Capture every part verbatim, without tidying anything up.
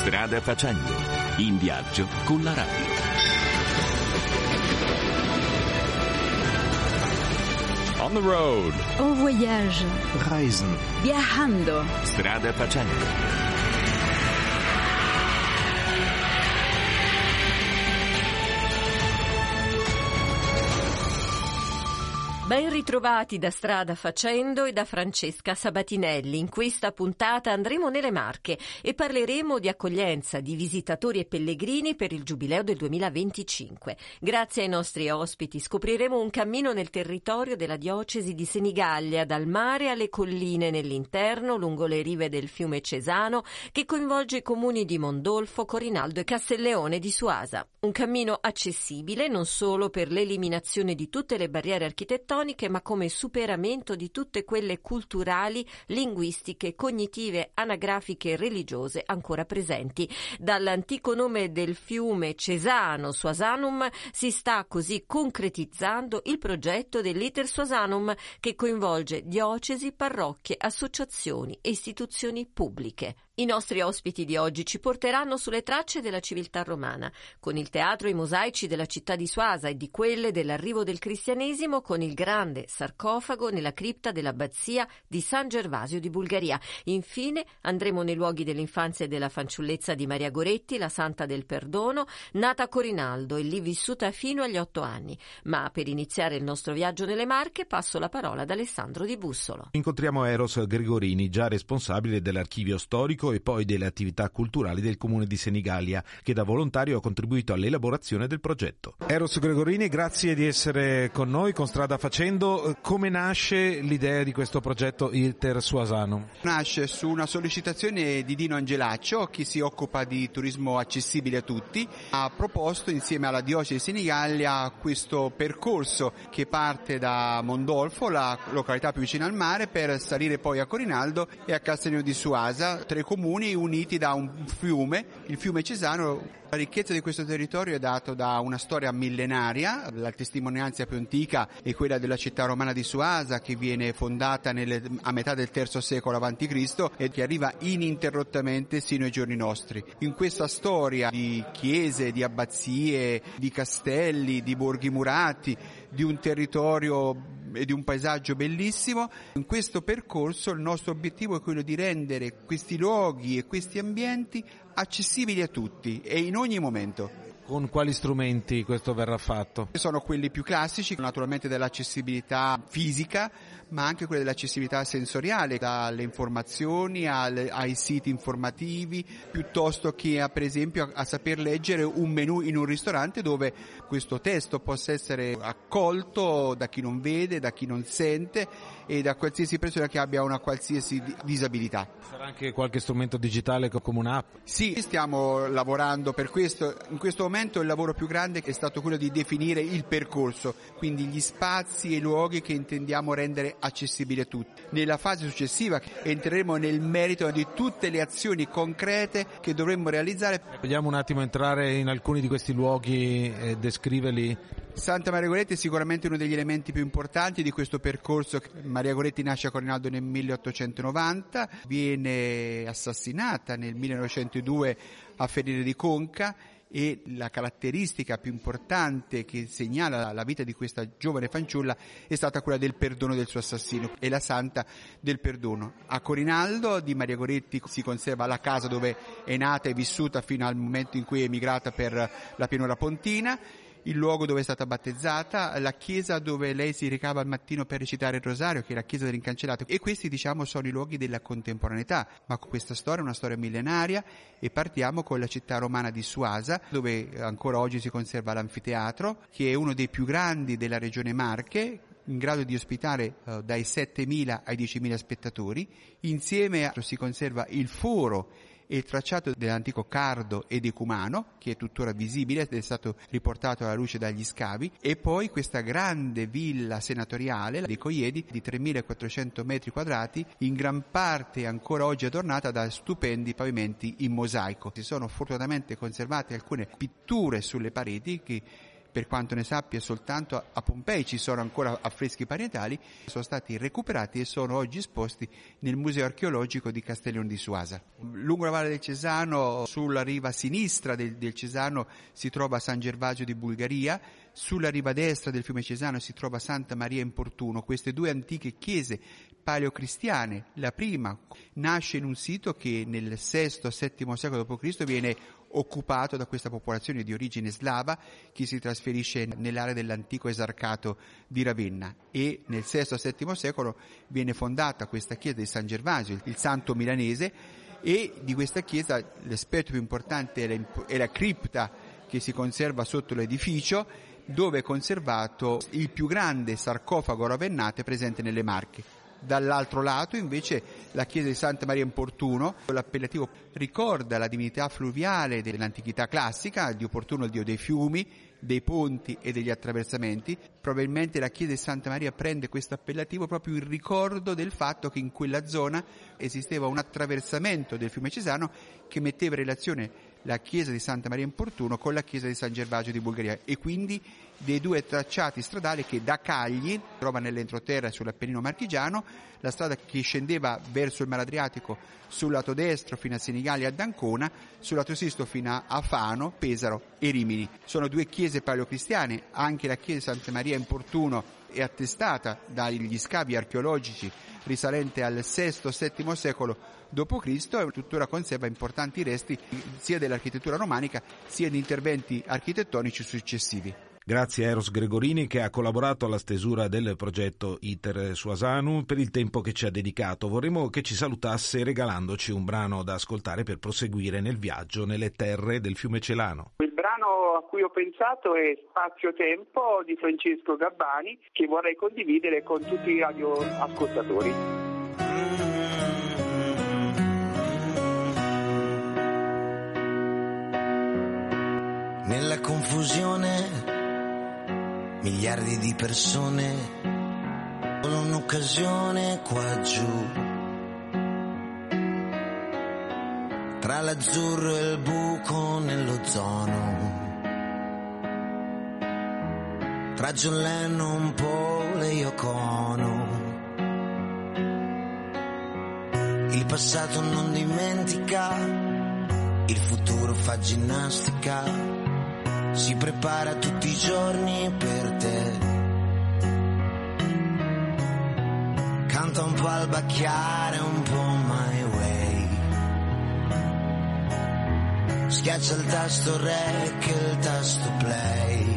Strada facendo, in viaggio con la radio. On the road. En voyage. Reisen. Viajando. Strada facendo. Ben ritrovati da Strada Facendo e da Francesca Sabatinelli. In questa puntata andremo nelle Marche e parleremo di accoglienza di visitatori e pellegrini per il Giubileo del duemilaventicinque. Grazie ai nostri ospiti scopriremo un cammino nel territorio della diocesi di Senigallia, dal mare alle colline nell'interno, lungo le rive del fiume Cesano, che coinvolge i comuni di Mondolfo, Corinaldo e Castelleone di Suasa. Un cammino accessibile non solo per l'eliminazione di tutte le barriere architettoniche, ma come superamento di tutte quelle culturali, linguistiche, cognitive, anagrafiche e religiose ancora presenti. Dall'antico nome del fiume Cesano, Suasanum, si sta così concretizzando il progetto dell'Iter Suasanum, che coinvolge diocesi, parrocchie, associazioni e istituzioni pubbliche. I nostri ospiti di oggi ci porteranno sulle tracce della civiltà romana, con il teatro e i mosaici della città di Suasa e di quelle dell'arrivo del cristianesimo, con il grande sarcofago nella cripta dell'abbazia di San Gervasio di Bulgaria. Infine andremo nei luoghi dell'infanzia e della fanciullezza di Maria Goretti, la santa del perdono, nata a Corinaldo e lì vissuta fino agli otto anni. Ma per iniziare il nostro viaggio nelle Marche passo la parola ad Alessandro Di Bussolo. Incontriamo Eros Gregorini, già responsabile dell'archivio storico e poi delle attività culturali del comune di Senigallia, che da volontario ha contribuito all'elaborazione del progetto. Eros Gregorini, grazie di essere con noi con Strada Facendo. Come nasce l'idea di questo progetto Iter Suasanum? Nasce su una sollecitazione di Dino Angelaccio, che si occupa di turismo accessibile a tutti. Ha proposto insieme alla diocesi di Senigallia questo percorso che parte da Mondolfo, la località più vicina al mare, per salire poi a Corinaldo e a Castelleone di Suasa, tre comuni uniti da un fiume, il fiume Cesano. La ricchezza di questo territorio è data da una storia millenaria. La testimonianza più antica è quella della città romana di Suasa, che viene fondata nelle, a metà del terzo secolo avanti Cristo e che arriva ininterrottamente sino ai giorni nostri. In questa storia di chiese, di abbazie, di castelli, di borghi murati, di un territorio e di un paesaggio bellissimo, in questo percorso il nostro obiettivo è quello di rendere questi luoghi e questi ambienti accessibili a tutti e in ogni momento. Con quali strumenti questo verrà fatto? Sono quelli più classici, naturalmente dell'accessibilità fisica, ma anche quella dell'accessibilità sensoriale, dalle informazioni alle, ai siti informativi, piuttosto che a, per esempio a, a saper leggere un menù in un ristorante dove questo testo possa essere accolto da chi non vede, da chi non sente e da qualsiasi persona che abbia una qualsiasi disabilità. Sarà anche qualche strumento digitale come un'app? Sì, stiamo lavorando per questo. In questo momento il lavoro più grande è stato quello di definire il percorso, quindi gli spazi e i luoghi che intendiamo rendere accessibili a tutti. Nella fase successiva entreremo nel merito di tutte le azioni concrete che dovremmo realizzare. Vogliamo un attimo entrare in alcuni di questi luoghi e descriverli? Santa Maria Goretti è sicuramente uno degli elementi più importanti di questo percorso. Maria Goretti nasce a Corinaldo nel milleottocentonovanta, viene assassinata nel millenovecentodue a Ferriere di Conca, e la caratteristica più importante che segnala la vita di questa giovane fanciulla è stata quella del perdono del suo assassino. È la santa del perdono. A Corinaldo di Maria Goretti si conserva la casa dove è nata e vissuta fino al momento in cui è emigrata per la pianura pontina, il luogo dove è stata battezzata, la chiesa dove lei si recava al mattino per recitare il rosario, che è la chiesa dell'Incancellato. E questi, diciamo, sono i luoghi della contemporaneità, ma questa storia è una storia millenaria e partiamo con la città romana di Suasa, dove ancora oggi si conserva l'anfiteatro, che è uno dei più grandi della regione Marche, in grado di ospitare uh, dai settemila ai diecimila spettatori. Insieme a, si conserva il foro e il tracciato dell'antico cardo ed ecumano, che è tuttora visibile ed è stato riportato alla luce dagli scavi, e poi questa grande villa senatoriale dei Coiedi di tremilaquattrocento metri quadrati, in gran parte ancora oggi adornata da stupendi pavimenti in mosaico. Si sono fortunatamente conservate alcune pitture sulle pareti che per quanto ne sappia soltanto a Pompei ci sono ancora affreschi parietali, sono stati recuperati e sono oggi esposti nel Museo archeologico di Castiglione di Suasa. Lungo la Valle del Cesano, sulla riva sinistra del, del Cesano si trova San Gervasio di Bulgaria, sulla riva destra del fiume Cesano si trova Santa Maria in Portuno. Queste due antiche chiese paleocristiane, la prima nasce in un sito che nel sesto settimo secolo dopo Cristo viene occupato da questa popolazione di origine slava che si trasferisce nell'area dell'antico esarcato di Ravenna, e nel sesto settimo secolo viene fondata questa chiesa di San Gervasio, il santo milanese, e di questa chiesa l'aspetto più importante è la, è la cripta che si conserva sotto l'edificio, dove è conservato il più grande sarcofago ravennate presente nelle Marche. Dall'altro lato invece la chiesa di Santa Maria in Portuno, l'appellativo ricorda la divinità fluviale dell'antichità classica, il dio Portuno, il dio dei fiumi, dei ponti e degli attraversamenti. Probabilmente la chiesa di Santa Maria prende questo appellativo proprio in ricordo del fatto che in quella zona esisteva un attraversamento del fiume Cesano che metteva in relazione la chiesa di Santa Maria in Portuno con la chiesa di San Gervasio di Bulgaria, e quindi dei due tracciati stradali che da Cagli, trova nell'entroterra sull'Appennino marchigiano, la strada che scendeva verso il Mar Adriatico sul lato destro fino a Senigallia e ad Ancona, sul lato sinistro fino a Fano, Pesaro e Rimini. Sono due chiese paleocristiane, anche la chiesa di Santa Maria in Portuno è attestata dagli scavi archeologici risalente al sesto settimo secolo dopo Cristo e tuttora conserva importanti resti sia dell'architettura romanica sia di interventi architettonici successivi. Grazie a Eros Gregorini che ha collaborato alla stesura del progetto Iter Suasanu per il tempo che ci ha dedicato. Vorremmo che ci salutasse regalandoci un brano da ascoltare per proseguire nel viaggio nelle terre del fiume Celano. Il brano a cui ho pensato è Spazio Tempo di Francesco Gabbani, che vorrei condividere con tutti i radioascoltatori. Nella confusione miliardi di persone, solo un'occasione qua giù, tra l'azzurro e il buco nell'ozono, tra John Lennon, Paul e Yoko Ono. Il passato non dimentica, il futuro fa ginnastica, si prepara tutti i giorni per te, canta un po' al bacchiare, un po' My Way, schiaccia il tasto rec e il tasto play,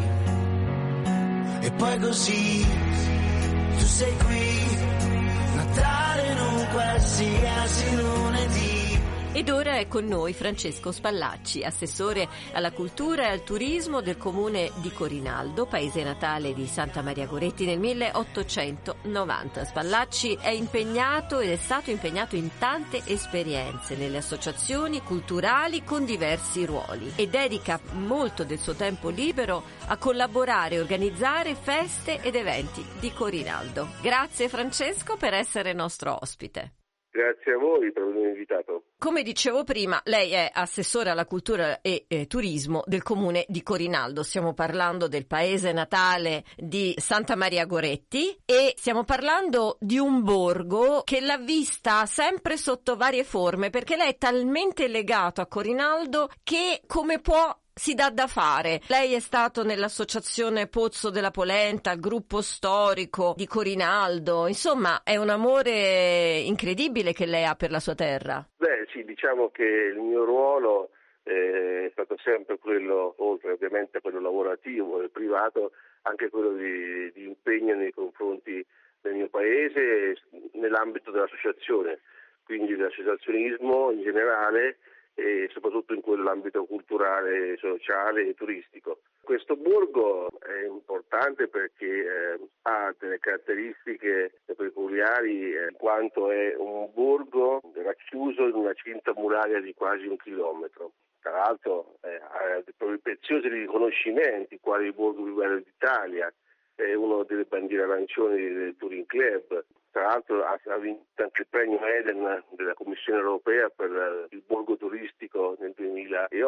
e poi così tu sei qui, Natale in un qualsiasi lunedì. Ed ora è con noi Francesco Spallacci, assessore alla cultura e al turismo del comune di Corinaldo, paese natale di Santa Maria Goretti nel milleottocentonovanta. Spallacci è impegnato ed è stato impegnato in tante esperienze nelle associazioni culturali con diversi ruoli e dedica molto del suo tempo libero a collaborare e organizzare feste ed eventi di Corinaldo. Grazie Francesco per essere nostro ospite. Grazie a voi per avermi invitato. Come dicevo prima, lei è assessore alla cultura e eh, turismo del comune di Corinaldo. Stiamo parlando del paese natale di Santa Maria Goretti e stiamo parlando di un borgo che l'ha vista sempre sotto varie forme, perché lei è talmente legato a Corinaldo che come può si dà da fare. Lei è stato nell'associazione Pozzo della Polenta, il gruppo storico di Corinaldo, insomma è un amore incredibile che lei ha per la sua terra. Beh sì, diciamo che il mio ruolo eh, è stato sempre quello, oltre ovviamente a quello lavorativo e privato, anche quello di, di impegno nei confronti del mio paese nell'ambito dell'associazione, quindi dell'associazionismo in generale, e soprattutto in quell'ambito culturale, sociale e turistico. Questo borgo è importante perché eh, ha delle caratteristiche peculiari eh, in quanto è un borgo racchiuso in una cinta muraria di quasi un chilometro. Tra l'altro eh, ha dei preziosi riconoscimenti, quali il borgo più bello d'Italia, è uno delle bandiere arancioni del Touring Club. Tra l'altro ha vinto anche il premio Eden della Commissione Europea per il borgo turistico nel duemilaotto.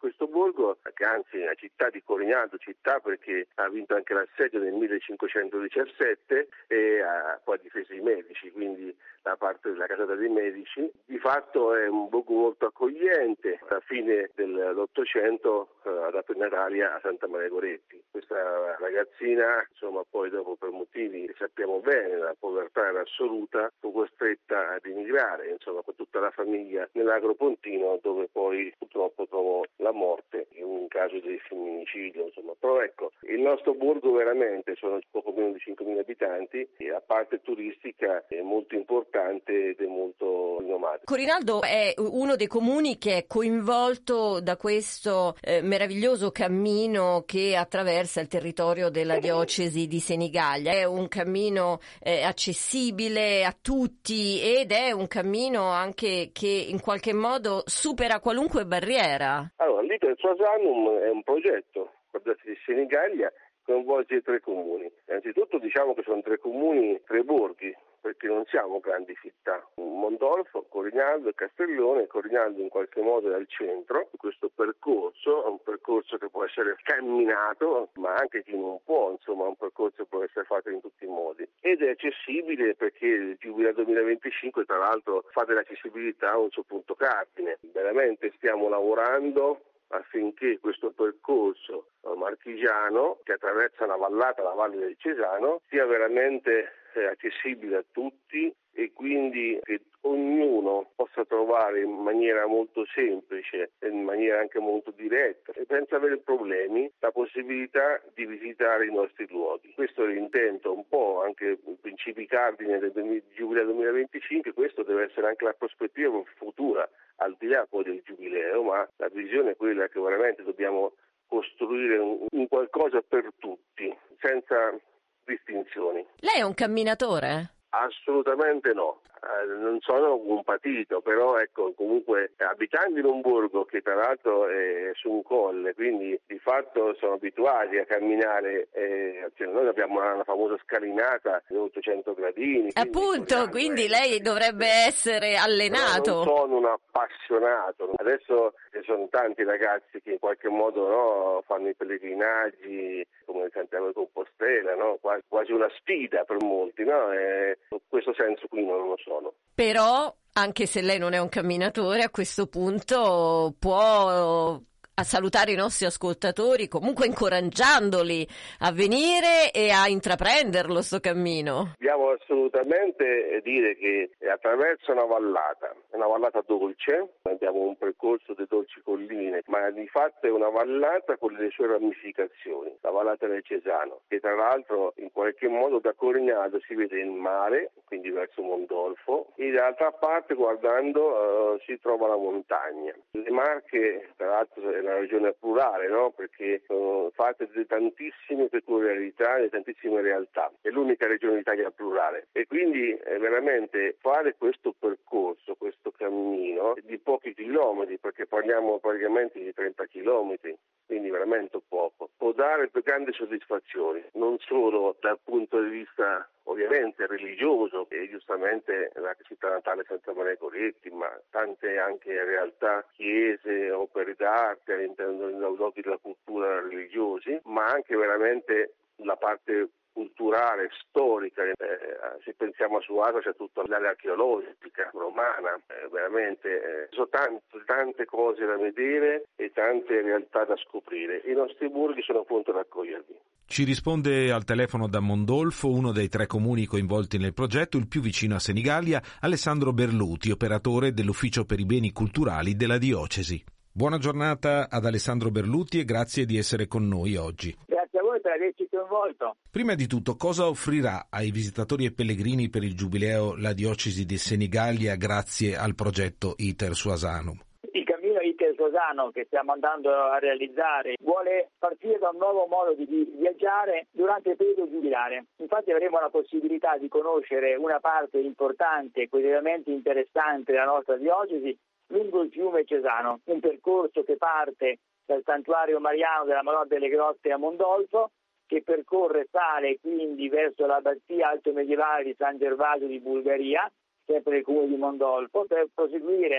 questo borgo, che anzi è la città di Corignano, città perché ha vinto anche l'assedio nel millecinquecentodiciassette e ha poi difeso i Medici, quindi la parte della casata dei Medici. Di fatto è un borgo molto accogliente. Alla fine dell'Ottocento eh, ha dato in Natalia a Santa Maria Goretti. Questa ragazzina, insomma, poi dopo per motivi che sappiamo bene, la povertà era assoluta, fu costretta ad emigrare, insomma, con tutta la famiglia nell'Agropontino, dove poi purtroppo trovò la morte in un caso di femminicidio, insomma. Però ecco, il nostro borgo veramente sono poco meno di cinquemila abitanti e la parte turistica è molto importante ed è molto rinomato. Corinaldo è uno dei comuni che è coinvolto da questo eh, meraviglioso cammino che attraversa il territorio della diocesi di Senigallia. È un cammino eh, accessibile a tutti ed è un cammino anche che in qualche modo supera qualunque barriera. Allora, l'Iter Suasanum è un progetto per la diocesi di Senigallia, coinvolge tre comuni. Innanzitutto diciamo che sono tre comuni, tre borghi, perché non siamo grandi città. Mondolfo, Corignano e Castellone. Corignano in qualche modo è al centro di questo percorso, è un percorso che può essere camminato, ma anche chi non può, insomma, un percorso che può essere fatto in tutti i modi. Ed è accessibile perché il Giubileo duemilaventicinque, tra l'altro, fa dell'accessibilità un suo punto cardine. Veramente stiamo lavorando affinché questo percorso marchigiano, che attraversa la vallata, la Valle del Cesano, sia veramente accessibile a tutti e quindi che ognuno possa trovare in maniera molto semplice e in maniera anche molto diretta e senza avere problemi la possibilità di visitare i nostri luoghi. Questo è l'intento, un po' anche i principi cardine del Giubileo duemilaventicinque. Questo deve essere anche la prospettiva futura, al di là poi del Giubileo, ma la visione è quella che veramente dobbiamo costruire un, un qualcosa per tutti, senza distinzioni. Lei è un camminatore? Assolutamente no, eh, non sono un patito, però ecco, comunque abitando in un borgo che tra l'altro è su un colle, quindi di fatto sono abituati a camminare, eh, cioè noi abbiamo una, una famosa scalinata di ottocento gradini. Appunto, quindi, quindi lei dovrebbe essere allenato. Non sono un appassionato, adesso ci sono tanti ragazzi che in qualche modo no, fanno i pellegrinaggi come Santiago di Compostela, no? quasi, quasi una sfida per molti, no? E in questo senso qui non lo sono. Però, anche se lei non è un camminatore, a questo punto può a salutare i nostri ascoltatori, comunque incoraggiandoli a venire e a intraprenderlo sto cammino. Dobbiamo assolutamente dire che attraverso una vallata, una vallata dolce, abbiamo un percorso di dolci colline, ma di fatto è una vallata con le sue ramificazioni, la vallata del Cesano, che tra l'altro in qualche modo da Corignano si vede il mare, quindi verso Mondolfo, e dall'altra parte guardando uh, si trova la montagna. Le Marche, tra l'altro, è una regione plurale, no? Perché sono fatte di tantissime peculiarità e tantissime realtà. È l'unica regione d'Italia plurale e quindi eh, veramente fare questo percorso, questo cammino di pochi chilometri, perché parliamo praticamente di trenta chilometri, quindi veramente poco, può dare grandi soddisfazioni, non solo dal punto di vista ovviamente religioso, e giustamente la città natale Santa Maria Goretti, ma tante anche realtà, chiese, opere d'arte all'interno dei luoghi della cultura religiosi, ma anche veramente la parte culturale, storica, eh, se pensiamo a Suasa c'è tutta l'area archeologica romana, eh, veramente eh, sono tante, tante cose da vedere e tante realtà da scoprire. I nostri borghi sono pronti ad accogliervi. Ci risponde al telefono da Mondolfo, uno dei tre comuni coinvolti nel progetto, il più vicino a Senigallia, Alessandro Berluti, operatore dell'Ufficio per i Beni Culturali della Diocesi. Buona giornata ad Alessandro Berluti e grazie di essere con noi oggi. Grazie a voi per averci coinvolto. Prima di tutto, cosa offrirà ai visitatori e pellegrini per il Giubileo la Diocesi di Senigallia grazie al progetto Iter Suasanum? Il cammino Iter Suasanum che stiamo andando a realizzare vuole partire da un nuovo modo di viaggiare durante il periodo giubilare. Infatti avremo la possibilità di conoscere una parte importante e quotidianamente interessante della nostra diocesi lungo il fiume Cesano, un percorso che parte dal santuario mariano della Madonna delle Grotte a Mondolfo, che percorre sale quindi verso l'abbazia alto medievale di San Gervasio di Bulgaria, sempre nel comune di Mondolfo, per proseguire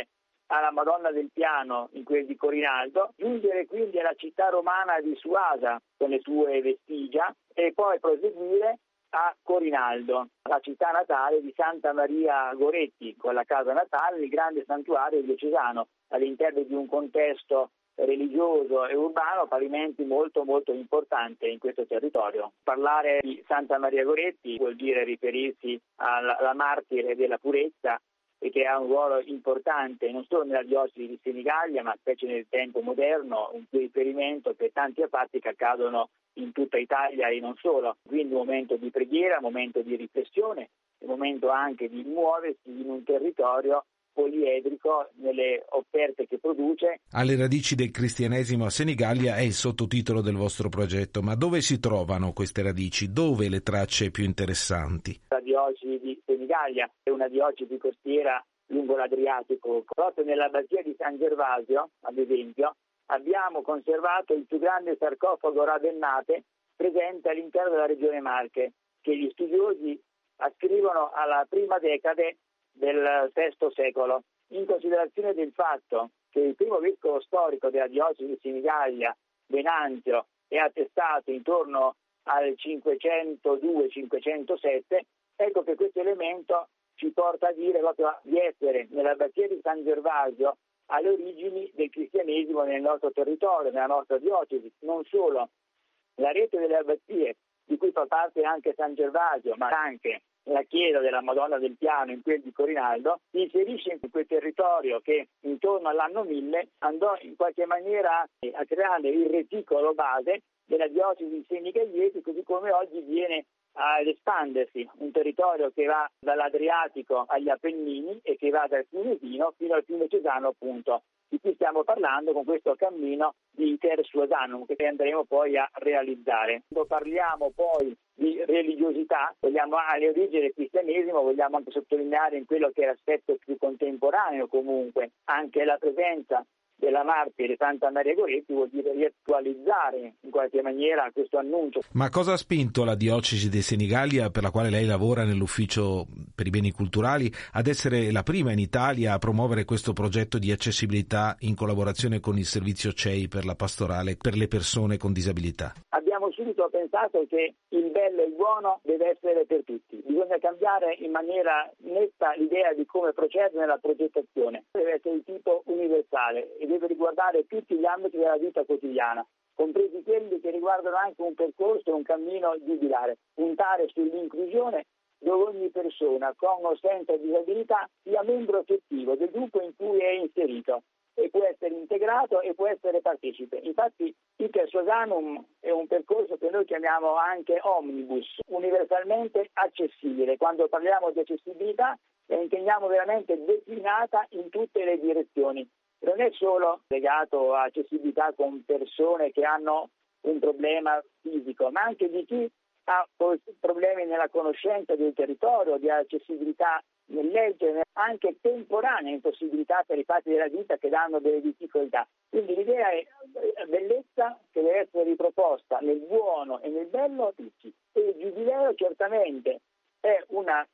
alla Madonna del Piano in quel di Corinaldo, giungere quindi alla città romana di Suasa con le sue vestigia e poi proseguire a Corinaldo, la città natale di Santa Maria Goretti, con la casa natale, il grande santuario diocesano, all'interno di un contesto religioso e urbano parimenti molto molto importante in questo territorio. Parlare di Santa Maria Goretti vuol dire riferirsi alla, alla martire della purezza e che ha un ruolo importante non solo nella diocesi di Senigallia, ma specie nel tempo moderno, un riferimento per tanti fatti che accadono in tutta Italia e non solo. Quindi un momento di preghiera, un momento di riflessione, un momento anche di muoversi in un territorio poliedrico nelle offerte che produce. Alle radici del cristianesimo a Senigallia è il sottotitolo del vostro progetto, ma dove si trovano queste radici? Dove le tracce più interessanti? La diocesi di Senigallia è una diocesi costiera lungo l'Adriatico. Proprio nell'abbazia di San Gervasio, ad esempio, abbiamo conservato il più grande sarcofago ravennate presente all'interno della regione Marche, che gli studiosi ascrivono alla prima decade del sesto secolo, in considerazione del fatto che il primo vescovo storico della diocesi di Senigallia, Venanzio, è attestato intorno al cinquecentodue cinquecentosette, ecco che questo elemento ci porta a dire proprio di essere nell'abbazia di San Gervasio alle origini del cristianesimo nel nostro territorio, nella nostra diocesi. Non solo, la rete delle abbazie, di cui fa parte anche San Gervasio, ma anche la chiesa della Madonna del Piano in quel di Corinaldo, si inserisce in quel territorio che intorno all'anno mille andò in qualche maniera a creare il reticolo base della diocesi senigalliese, così come oggi viene ad espandersi, un territorio che va dall'Adriatico agli Appennini e che va dal Fiumesino fino al Fiume Cesano, appunto, di cui stiamo parlando con questo cammino di Iter Suasanum che andremo poi a realizzare. Quando parliamo poi di religiosità, vogliamo alle origini del cristianesimo, vogliamo anche sottolineare in quello che è l'aspetto più contemporaneo comunque anche la presenza della martire Santa Maria Goretti, vuol dire riattualizzare in qualche maniera questo annuncio. Ma cosa ha spinto la diocesi di Senigallia, per la quale lei lavora nell'ufficio per i beni culturali, ad essere la prima in Italia a promuovere questo progetto di accessibilità in collaborazione con il servizio C E I per la pastorale per le persone con disabilità? Abbiamo subito pensato che il bello e il buono deve essere per tutti. Bisogna cambiare in maniera netta l'idea di come procedere nella progettazione. Deve essere di tipo universale e deve riguardare tutti gli ambiti della vita quotidiana, compresi quelli che riguardano anche un percorso e un cammino giubilare. Puntare sull'inclusione dove ogni persona con o senza disabilità sia membro effettivo del gruppo in cui è inserito e può essere integrato e può essere partecipe. Infatti Iter Suasanum è un percorso che noi chiamiamo anche omnibus, universalmente accessibile. Quando parliamo di accessibilità la intendiamo veramente declinata in tutte le direzioni. Non è solo legato a accessibilità con persone che hanno un problema fisico, ma anche di chi ha problemi nella conoscenza del territorio, di accessibilità nel leggere, anche temporanea impossibilità per i fatti della vita che danno delle difficoltà. Quindi l'idea è bellezza che deve essere riproposta nel buono e nel bello a tutti. E il giubileo certamente è una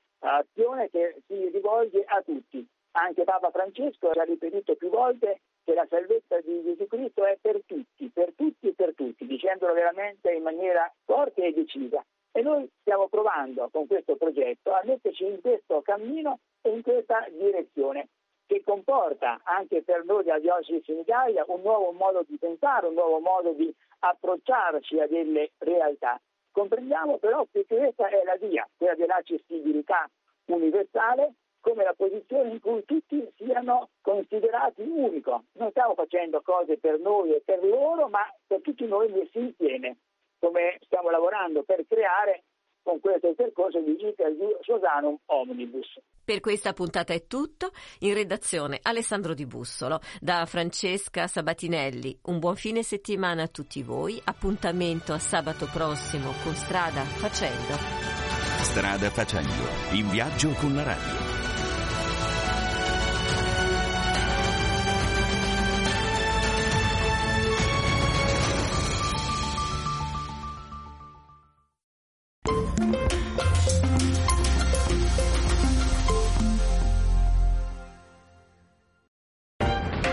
azione che si rivolge a tutti. Anche Papa Francesco ci ha ripetuto più volte che la salvezza di Gesù Cristo è per tutti, per tutti e per tutti, dicendolo veramente in maniera forte e decisa. E noi stiamo provando con questo progetto a metterci in questo cammino e in questa direzione, che comporta anche per noi della diocesi di Senigallia un nuovo modo di pensare, un nuovo modo di approcciarci a delle realtà. Comprendiamo però che questa è la via, quella dell'accessibilità universale, come la posizione in cui tutti siano considerati unico. Non stiamo facendo cose per noi e per loro, ma per tutti noi messi insieme, come stiamo lavorando per creare con questo percorso di Iter Suasanum Omnibus. Per questa puntata è tutto. In redazione Alessandro Di Bussolo, da Francesca Sabatinelli. Un buon fine settimana a tutti voi. Appuntamento a sabato prossimo con Strada Facendo. Strada Facendo, in viaggio con la radio.